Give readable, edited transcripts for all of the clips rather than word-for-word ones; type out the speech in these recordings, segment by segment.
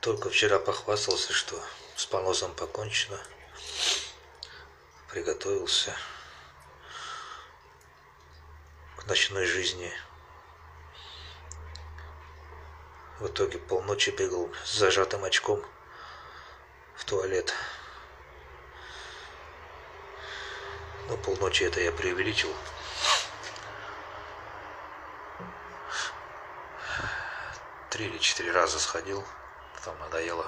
Только вчера похвастался, что с поносом покончено. Приготовился к ночной жизни. В итоге полночи бегал с зажатым очком в туалет. Но полночи это я преувеличил. 3 или 4 раза сходил, потом надоело.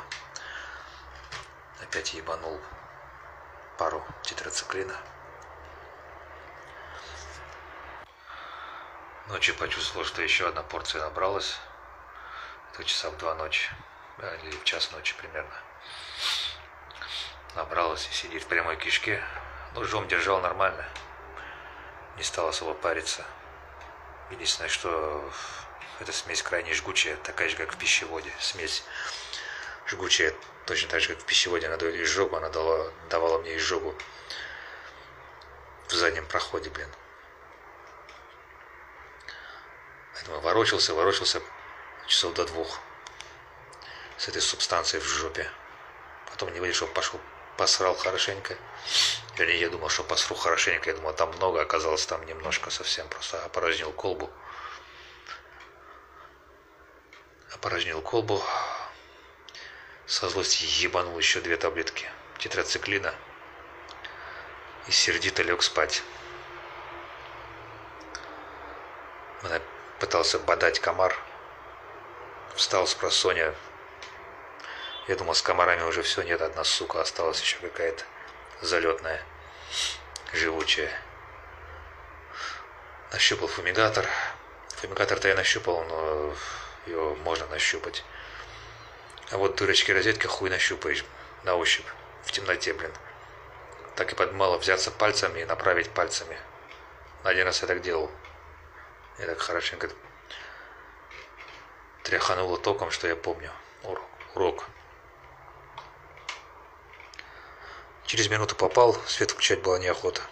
Опять ебанул пару тетрациклина. Ночью почувствовал, что еще одна порция набралась. Это часа в 2 ночи, или в час ночи примерно. Набралась и сидит в прямой кишке. Ножом держал нормально. Не стал особо париться. Единственное, что эта смесь крайне жгучая, такая же, как в пищеводе. Смесь жгучая, точно так же, как в пищеводе. Она дает изжогу, она давала мне изжогу в заднем проходе, блин. Поэтому ворочался часов до 2 с этой субстанцией в жопе. Потом не выдержал, пошел, посрал хорошенько. Вернее, я думал, что посру хорошенько. Я думал, там много, оказалось там немножко совсем. Просто опорожнил колбу. Со злости ебанул еще 2 таблетки тетрациклина. И сердито лег спать. Меня пытался бодать комар. Встал с просонья. Я думал, с комарами уже все, нет, одна сука осталась еще какая-то залетная, живучая. Нащупал фумигатор. Фумигатор-то я нащупал, но его можно нащупать. А вот дырочки розетки хуй нащупаешь на ощупь в темноте, блин. Так и подмало взяться пальцами и направить пальцами. Один раз я так делал. Я так хорошенько тряхануло током, что я помню. Урок. Через минуту попал, свет включать было неохота.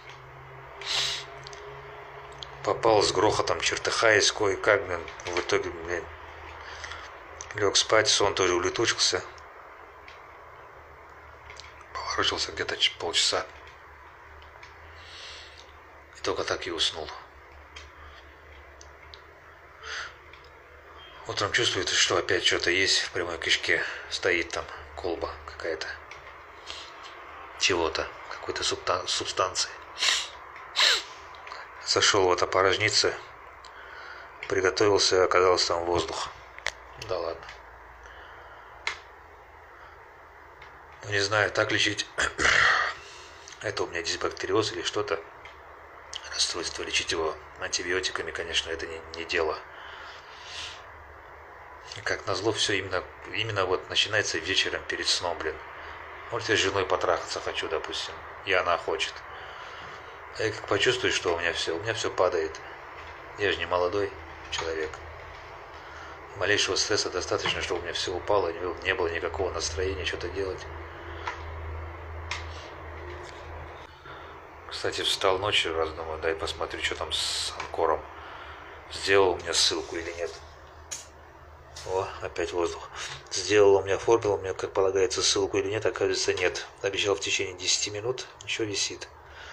Попал с грохотом, чертыхаясь кое-как, блин. В итоге, блин, лег спать, сон тоже улетучился. Поворочился где-то полчаса. И только так и уснул. Утром чувствует, что опять что-то есть в прямой кишке. Стоит там колба какая-то. Чего-то. Какой-то субстанции. Зашел вот опорожниться. Приготовился, оказался там воздух. Да ладно. Ну не знаю, так лечить. Это у меня дисбактериоз или что-то. Расстройство. Лечить его антибиотиками, конечно, это не дело. И как назло, все именно вот начинается вечером перед сном, блин. Вот я с женой потрахаться хочу, допустим, и она хочет. А я как почувствую, что у меня все падает. Я же не молодой человек. Малейшего стресса достаточно, чтобы у меня все упало, не было никакого настроения что-то делать. Кстати, встал ночью, раз думаю, дай посмотрю, что там с Анкором. Сделал у меня ссылку или нет. О, опять воздух. Сделал у меня, оформил у меня, как полагается, ссылку или нет, оказывается, нет. Обещал в течение 10 минут, еще висит.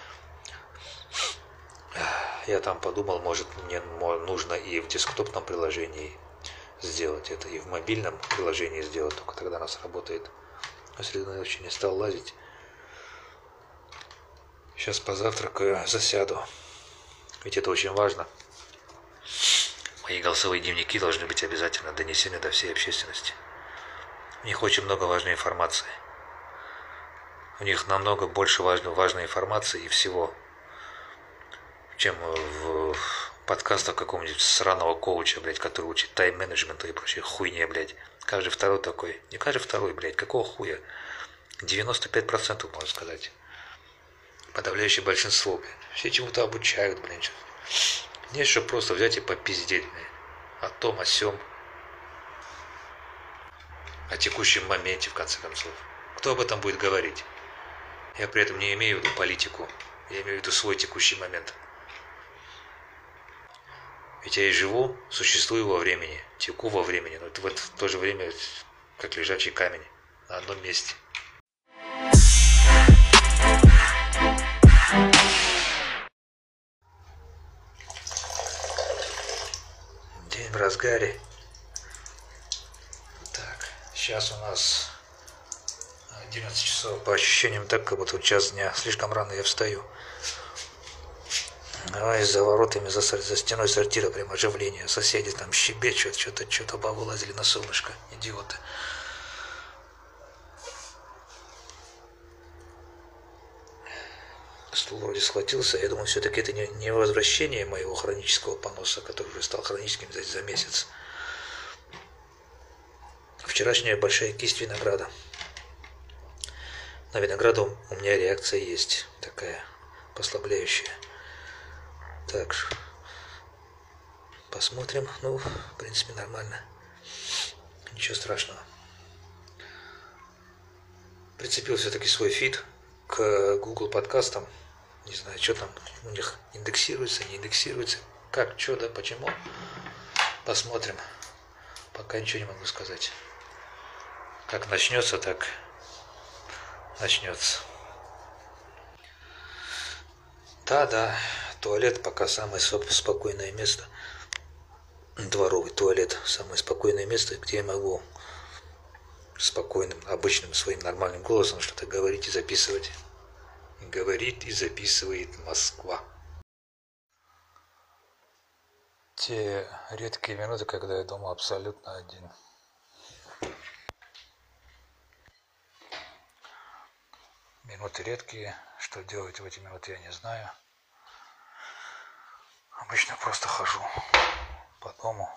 Я там подумал, может, мне нужно и в десктопном приложении сделать это, и в мобильном приложении сделать, только тогда оно сработает. Но среди ночи не стал лазить. Сейчас позавтракаю, засяду. Ведь это очень важно. Мои голосовые дневники должны быть обязательно донесены до всей общественности. В них очень много важной информации. В них намного больше важной информации и всего, чем в подкастах какого-нибудь сраного коуча, блядь, который учит тайм-менеджменту и прочей хуйне, блядь. Каждый второй такой. Не каждый второй, блядь, какого хуя? 95%, можно сказать. Подавляющее большинство, блядь. Все чему-то обучают, блядь. Нет, чтобы просто взять и попиздеть, блядь. О том, о сём. О текущем моменте, в конце концов. Кто об этом будет говорить? Я при этом не имею в виду политику. Я имею в виду свой текущий момент. Ведь я и живу, существую во времени, теку во времени, но в то же время как лежачий камень на одном месте. День в разгаре. Так, сейчас у нас 11 часов. По ощущениям так, как будто час дня. Слишком рано я встаю. А за воротами, за стеной сортира прям оживление. Соседи там щебечут, что-то повылазили на солнышко. Идиоты. Стул вроде схватился. Я думаю, все-таки это не возвращение моего хронического поноса, который уже стал хроническим за месяц. Вчерашняя большая кисть винограда. На винограду у меня реакция есть. Такая послабляющая. Так, посмотрим. Ну, в принципе, нормально. Ничего страшного. Прицепил все-таки свой фид к Google подкастам. Не знаю, что там у них индексируется, не индексируется. Как, что, да, почему. Посмотрим. Пока ничего не могу сказать. Как начнется, так начнется. Да, туалет пока самое спокойное место. Дворовый туалет самое спокойное место, где я могу спокойным, обычным своим нормальным голосом что-то говорить и записывать. Говорит и записывает Москва. Те редкие минуты, когда я дома абсолютно один. Минуты редкие. Что делать в эти минуты, я не знаю. Обычно просто хожу по дому,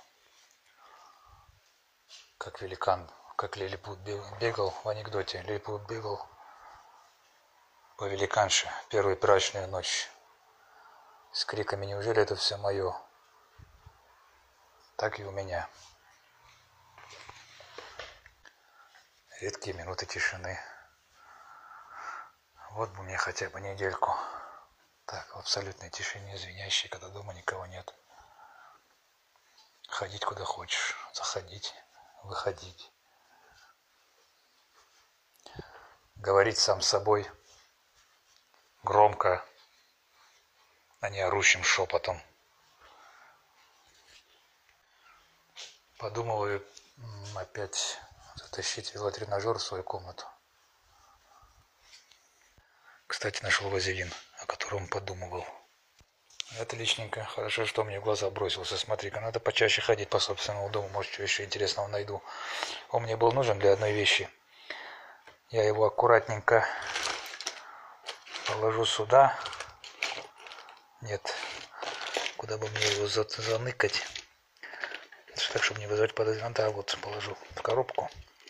как великан, как Лилипут бегал в анекдоте. Лилипут бегал по великанше первую брачную ночь с криками «Неужели это все мое?» Так и у меня. Редкие минуты тишины. Вот бы мне хотя бы недельку. Так, в абсолютной тишине, звенящей, когда дома никого нет. Ходить куда хочешь, заходить, выходить. Говорить сам с собой громко, а не орущим шепотом. Подумываю опять затащить велотренажер в свою комнату. Кстати, нашел вазелин, о котором подумывал. Отличненько. Хорошо, что мне в глаза бросился. Смотри-ка, надо почаще ходить по собственному дому. Может, что еще интересного найду. Он мне был нужен для одной вещи. Я его аккуратненько положу сюда. Нет, куда бы мне его заныкать. Так, чтобы не вызывать подозрения. Да, вот положу в коробку.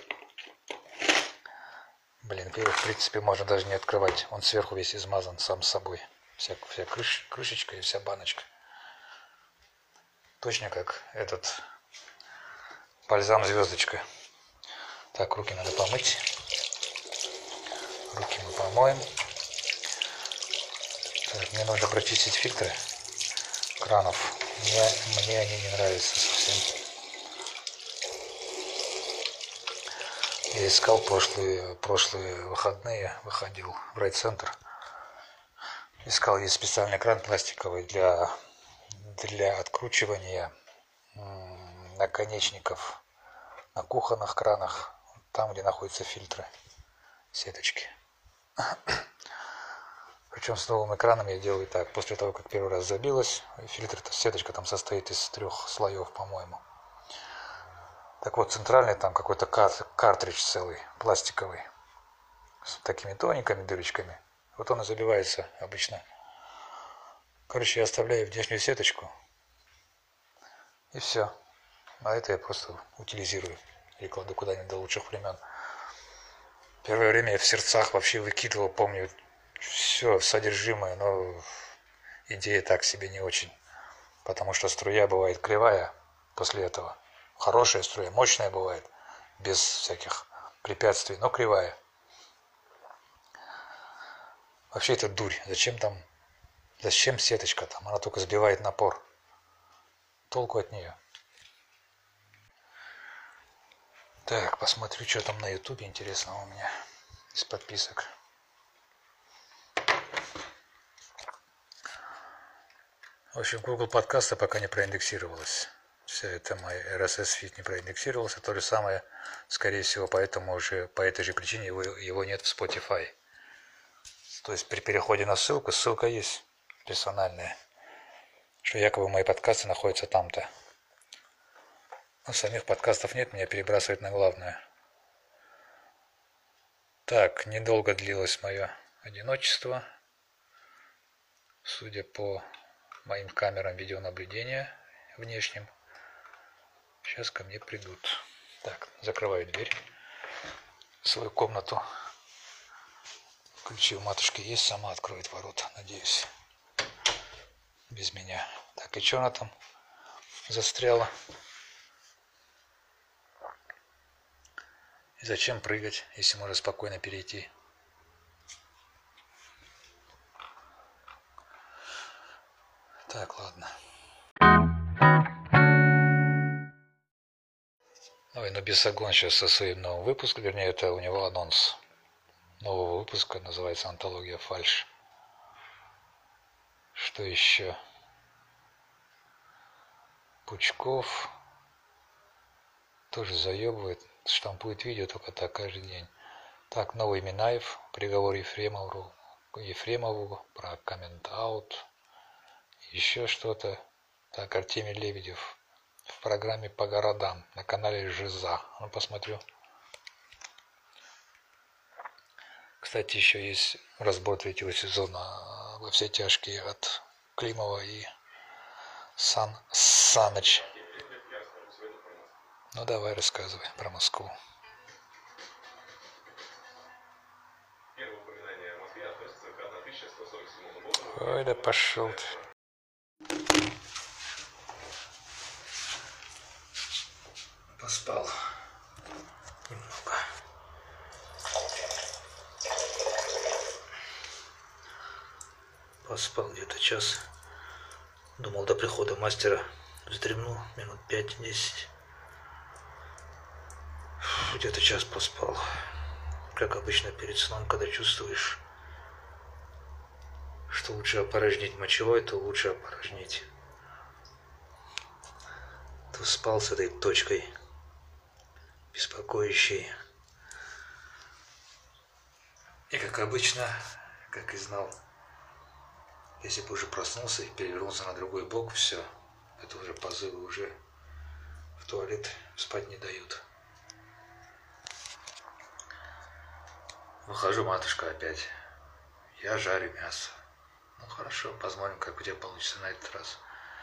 Блин, его в принципе можно даже не открывать. Он сверху весь измазан сам собой. Вся крышечка и вся баночка. Точно как этот бальзам звездочка. Так, руки надо помыть. Руки мы помоем. Так, мне нужно прочистить фильтры кранов. Мне они не нравятся совсем. Я искал прошлые выходные, выходил в райцентр. Искал, есть специальный кран пластиковый для откручивания наконечников на кухонных кранах, там, где находятся фильтры, сеточки. Причем с новым экраном я делаю так. После того, как первый раз забилась, сеточка там состоит из 3 слоев, по-моему. Так вот, центральный там какой-то картридж целый, пластиковый, с такими тоненькими дырочками. Вот он и забивается обычно. Короче, я оставляю внешнюю сеточку. И все. А это я просто утилизирую. Или кладу куда-нибудь до лучших времен. Первое время я в сердцах вообще выкидывал, помню, все содержимое, но идея так себе не очень. Потому что струя бывает кривая после этого. Хорошая струя, мощная бывает, без всяких препятствий, но кривая. Вообще это дурь. Зачем сеточка там? Она только сбивает напор. Толку от нее. Так, посмотрю, что там на ютубе интересного у меня из подписок. В общем, Google подкасты пока не проиндексировалась. Вся эта моя RSS feed не проиндексировался. То же самое, скорее всего, поэтому уже по этой же причине его нет в Spotify. То есть при переходе на ссылку, ссылка есть персональная, что якобы мои подкасты находятся там-то. Но самих подкастов нет, меня перебрасывает на главную. Так, недолго длилось мое одиночество. Судя по моим камерам видеонаблюдения внешним, сейчас ко мне придут. Так, закрываю дверь в свою комнату. Ключи у матушки есть, сама откроет ворота, надеюсь. Без меня. Так, и что она там застряла? И зачем прыгать, если можно спокойно перейти? Так, ладно. Ой, ну Бесогон сейчас со своим новым выпуском, вернее, это у него анонс нового выпуска, называется «Антология фальшь». Что еще? Пучков тоже заебывает, штампует видео только так каждый день. Так, новый Минаев, приговор Ефремову про коммент-аут, еще что-то. Так, Артемий Лебедев в программе «По городам» на канале Жиза. Ну, посмотрю. Кстати, еще есть разбор третьего сезона «Во все тяжкие» от Климова и Саныч. Ну, давай, рассказывай про Москву. Ой, да пошел ты. Поспал немного. Поспал где-то час. Думал, до прихода мастера вздремну минут 5-10. Где-то час поспал. Как обычно перед сном, когда чувствуешь, что лучше опорожнить мочевой, то лучше опорожнить. То спал с этой точкой беспокоящей. И как обычно, как и знал, если бы уже проснулся и перевернулся на другой бок, все, это уже позывы, уже в туалет спать не дают. Выхожу, матушка опять. Я жарю мясо. Ну хорошо, посмотрим, как у тебя получится на этот раз.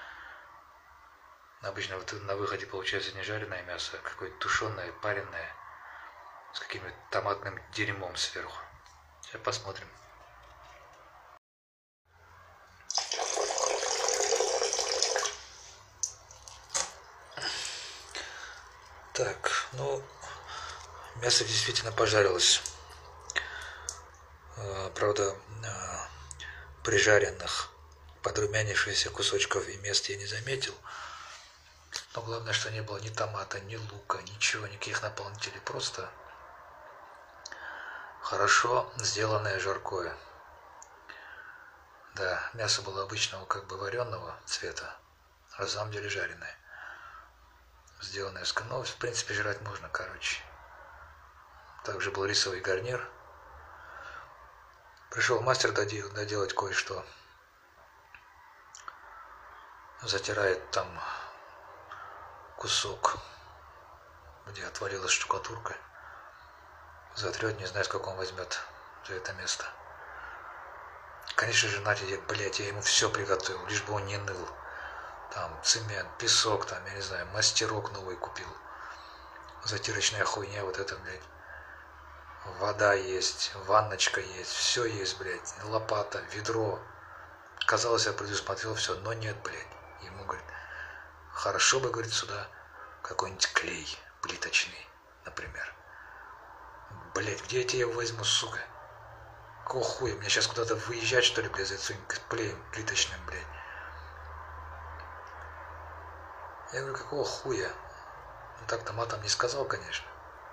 Обычно вот на выходе получается не жареное мясо, а какое-то тушеное, пареное, с каким-то томатным дерьмом сверху. Сейчас посмотрим. Так, ну, мясо действительно пожарилось. Правда, прижаренных, подрумянившихся кусочков и мест я не заметил. Но главное, что не было ни томата, ни лука, ничего, никаких наполнителей. Просто хорошо сделанное жаркое. Да, мясо было обычного, как бы вареного цвета, а на самом деле жареное. Сделанное с каналом, в принципе, жрать можно, короче. Также был рисовый гарнир. Пришел мастер доделать кое-что. Затирает там кусок, где отвалилась штукатурка. Затрет, не знаю, сколько он возьмет за это место. Конечно же, Надя, блядь, я ему все приготовил, лишь бы он не ныл. Там цемент, песок, там, я не знаю, мастерок новый купил. Затирочная хуйня, вот это, блядь. Вода есть, ванночка есть, все есть, блядь. Лопата, ведро. Казалось, я предусмотрел все, но нет, блядь. Ему, говорит, хорошо бы, говорит, сюда какой-нибудь клей плиточный, например. Блядь, где я тебе его возьму, сука? Какого хуя? Мне сейчас куда-то выезжать, что ли, блядь, за этим клеем плиточным, блядь? Я говорю, какого хуя? Ну так-то матом не сказал, конечно.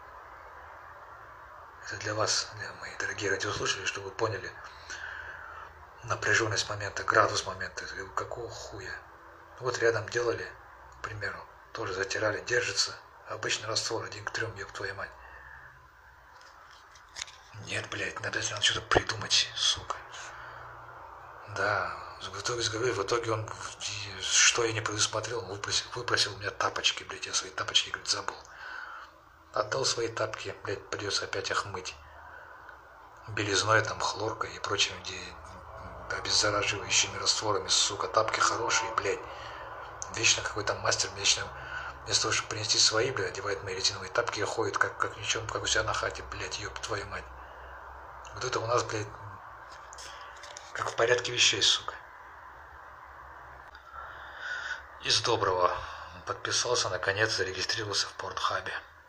Это для вас, мои дорогие радиослушатели, чтобы вы поняли напряженность момента, градус момента. Какого хуя? Вот рядом делали, к примеру, тоже затирали, держится. Обычный раствор 1:3, ёб твою мать. Нет, блядь, надо что-то придумать, сука. Да, в итоге он, что я не предусмотрел, он выпросил у меня тапочки, блядь, я свои тапочки, говорит, забыл. Отдал свои тапки, блядь, придется опять их мыть. Белизной, там, хлоркой и прочим, обеззараживающими растворами, сука, тапки хорошие, блядь. Вечно какой-то мастер, вечно, вместо того, чтобы принести свои, блядь, одевает мои резиновые тапки и ходит, как ничем, как у себя на хате, блядь, ёб твою мать. Вот это у нас, блядь, как в порядке вещей, сука. Из доброго. Подписался, наконец, зарегистрировался в Порнхабе.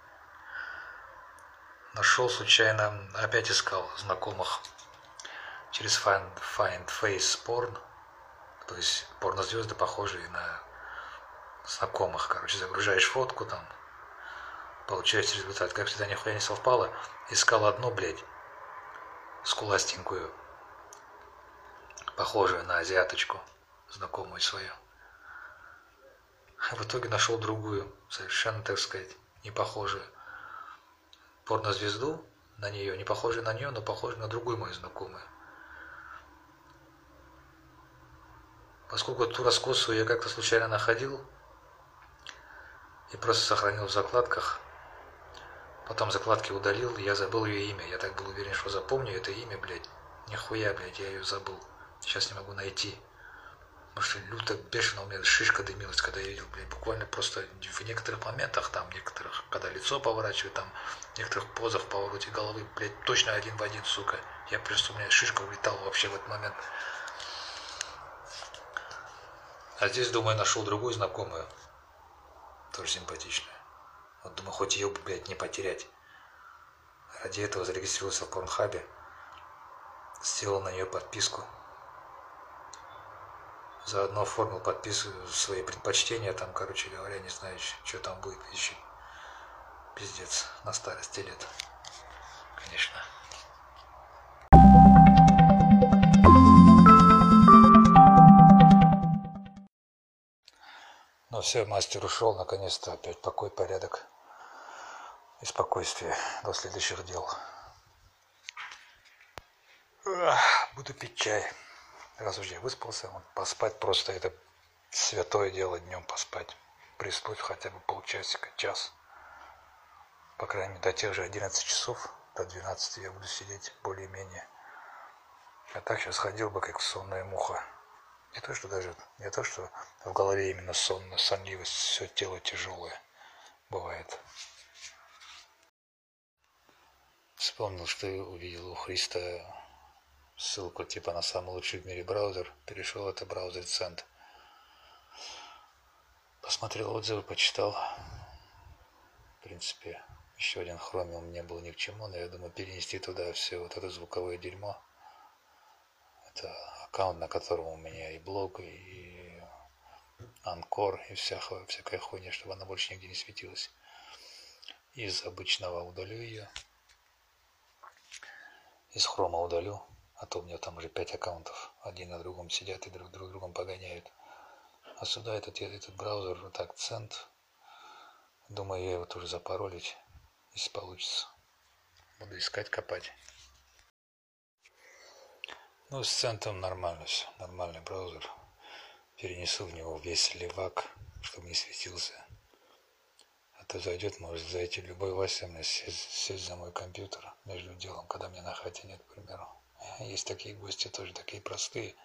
Нашел случайно, опять искал знакомых через Find Face Porn, то есть порнозвезды, похожие на знакомых, короче, загружаешь фотку там, получаешь результат. Как всегда, нихуя не совпало. Искал одну, блядь, скуластенькую, похожую на азиаточку, знакомую свою. А в итоге нашел другую, совершенно, так сказать, не похожую. Порнозвезду, на нее, не похожую на нее, но похожую на другую мою знакомую. Поскольку ту раскосую я как-то случайно находил и просто сохранил в закладках, потом закладки удалил, я забыл ее имя. Я так был уверен, что запомню это имя, блядь. Нихуя, блядь, я ее забыл. Сейчас не могу найти. Потому что люто, бешено у меня шишка дымилась, когда я видел, блядь, буквально просто в некоторых моментах, там, некоторых, когда лицо поворачиваю, там, в некоторых позах в повороте головы, блядь, точно один в один, сука. Я просто, у меня шишка улетала вообще в этот момент. А здесь, думаю, нашел другую знакомую, тоже симпатичную. Вот думаю, хоть ее, блядь, не потерять. Ради этого зарегистрировался в Порнхабе, сделал на нее подписку. Заодно оформил подписку, свои предпочтения, там, короче говоря, не знаю, что там будет еще. Пиздец, на старости лет, конечно. Ну все, мастер ушел, наконец-то опять покой, порядок и спокойствие до следующих дел. Буду пить чай. Раз уж я выспался, поспать просто это святое дело, днем поспать. Приснуть хотя бы полчасика, час. По крайней мере, до тех же 11 часов, до 12 я буду сидеть более-менее. А так сейчас ходил бы, как сонная муха. Не то, что в голове именно сонливость, все тело тяжелое бывает. Вспомнил, что увидел у Христа ссылку типа на самый лучший в мире браузер. Перешел это браузер Cent. Посмотрел отзывы, почитал. В принципе, еще один Chromium мне был ни к чему, но я думаю, перенести туда все вот это звуковое дерьмо. Это аккаунт, на котором у меня и блог, и Анкор, и всякая хуйня, чтобы она больше нигде не светилась. Из обычного удалю ее. Из хрома удалю. А то у меня там уже 5 аккаунтов. Один на другом сидят и друг другом погоняют. А сюда этот браузер, вот так, Cent. Думаю, я его тоже запаролить, если получится. Буду искать, копать. Ну, с Центом нормально все. Нормальный браузер. Перенесу в него весь левак, чтобы не светился. А то зайдет, может зайти любой Вася, мне сесть за мой компьютер между делом, когда мне на хате нет, к примеру. Есть такие гости, тоже такие простые.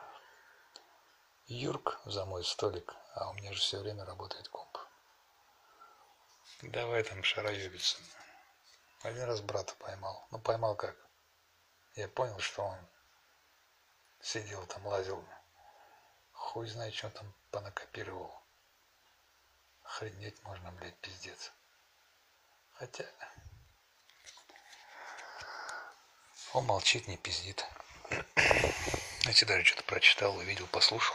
Юрк за мой столик, а у меня же все время работает комп. Давай там шароебиться. Один раз брата поймал. Ну, поймал как? Я понял, что он сидел там, лазил. Хуй знает, что там понакопировал. Охренеть можно, блядь, пиздец. Хотя... Он молчит, не пиздит. Знаете, даже что-то прочитал, увидел, послушал.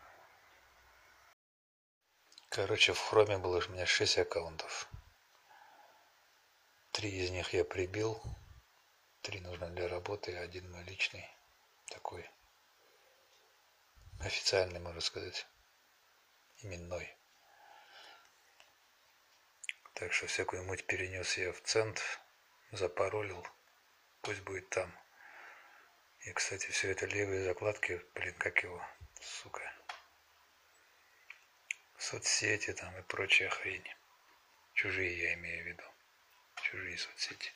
Короче, в хроме было у меня 6 аккаунтов. 3 из них я прибил. 3 нужно для работы, 1 мой личный. Такой официальный, можно сказать. Именной. Так что всякую муть перенес я в центр. Запаролил. Пусть будет там. И, кстати, все это левые закладки, блин, как его, сука. Соцсети там и прочая хрень. Чужие я имею в виду. Чужие соцсети.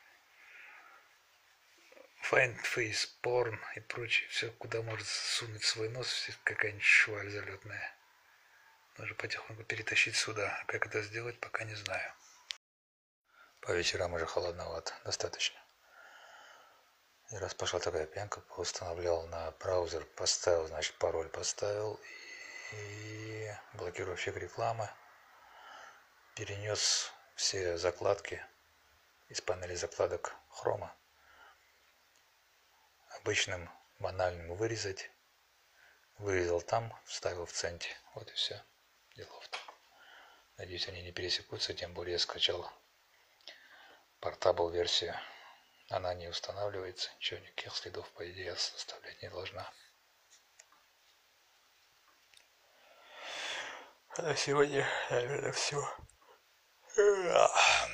Find Face, Porn и прочее. Все, куда может сунуть свой нос, какая-нибудь шваль залетная. Нужно потихоньку перетащить сюда. Как это сделать, пока не знаю. По вечерам уже холодновато. Достаточно. И раз пошла такая пьянка, поустанавливал на браузер, поставил, значит, пароль поставил и блокировщик рекламы. Перенес все закладки из панели закладок хрома обычным банальным вырезать. Вырезал там, вставил в центе. Вот и все. Делов-то. Надеюсь, они не пересекутся, тем более я скачал портабл версию. Она не устанавливается, ничего, никаких следов, по идее, составлять не должна. А на сегодня, наверное, все.